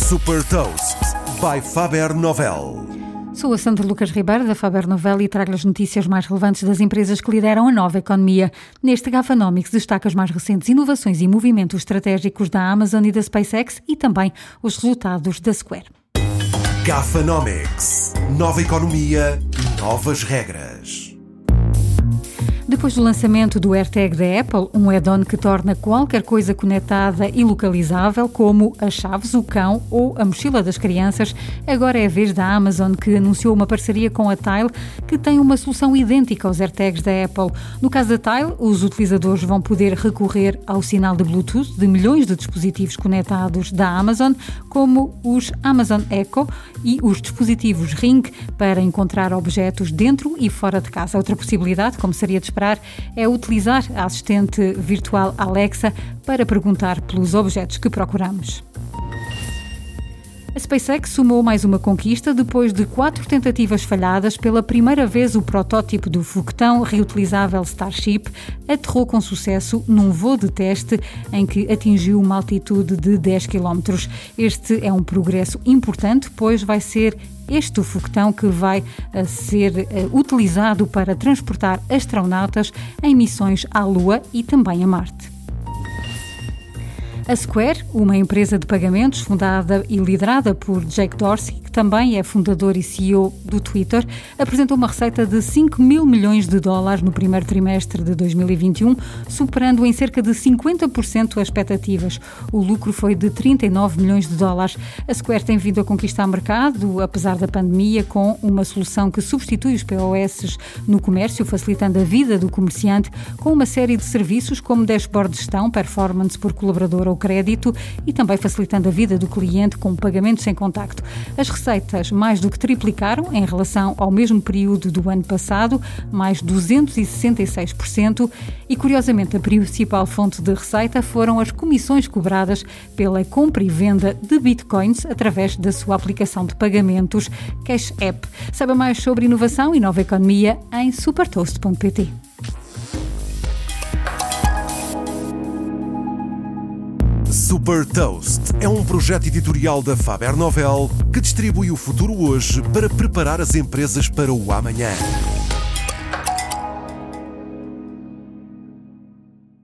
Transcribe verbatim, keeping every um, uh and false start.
Super Toast by Faber Novel. Sou a Sandra Lucas Ribeiro, da Faber Novel, e trago as notícias mais relevantes das empresas que lideram a nova economia. Neste Gafanomics destaca as mais recentes inovações e movimentos estratégicos da Amazon e da SpaceX e também os resultados da Square. Gafanomics. Nova economia, novas regras. Depois do lançamento do AirTag da Apple, um add-on que torna qualquer coisa conectada e localizável, como as chaves, o cão ou a mochila das crianças, agora é a vez da Amazon, que anunciou uma parceria com a Tile, que tem uma solução idêntica aos AirTags da Apple. No caso da Tile, os utilizadores vão poder recorrer ao sinal de Bluetooth de milhões de dispositivos conectados da Amazon, como os Amazon Echo e os dispositivos Ring, para encontrar objetos dentro e fora de casa. Outra possibilidade, como seria de esperar, é utilizar a assistente virtual Alexa para perguntar pelos objetos que procuramos. A SpaceX sumou mais uma conquista depois de quatro tentativas falhadas. Pela primeira vez, o protótipo do foguetão reutilizável Starship aterrou com sucesso num voo de teste em que atingiu uma altitude de dez quilómetros. Este é um progresso importante, pois vai ser este o foguetão que vai uh, ser uh, utilizado para transportar astronautas em missões à Lua e também a Marte. A Square, uma empresa de pagamentos fundada e liderada por Jack Dorsey, que também é fundador e C E O do Twitter, apresentou uma receita de cinco mil milhões de dólares no primeiro trimestre de dois mil e vinte e um, superando em cerca de cinquenta por cento as expectativas. O lucro foi de trinta e nove milhões de dólares. A Square tem vindo a conquistar mercado, apesar da pandemia, com uma solução que substitui os P O S no comércio, facilitando a vida do comerciante, com uma série de serviços como dashboard de gestão, performance por colaborador ou crédito, e também facilitando a vida do cliente com pagamentos sem contacto. As receitas mais do que triplicaram em relação ao mesmo período do ano passado, mais duzentos e sessenta e seis por cento, e curiosamente a principal fonte de receita foram as comissões cobradas pela compra e venda de bitcoins através da sua aplicação de pagamentos Cash App. Saiba mais sobre inovação e nova economia em supertoast ponto pt. Super Toast é um projeto editorial da Faber Novel que distribui o futuro hoje para preparar as empresas para o amanhã.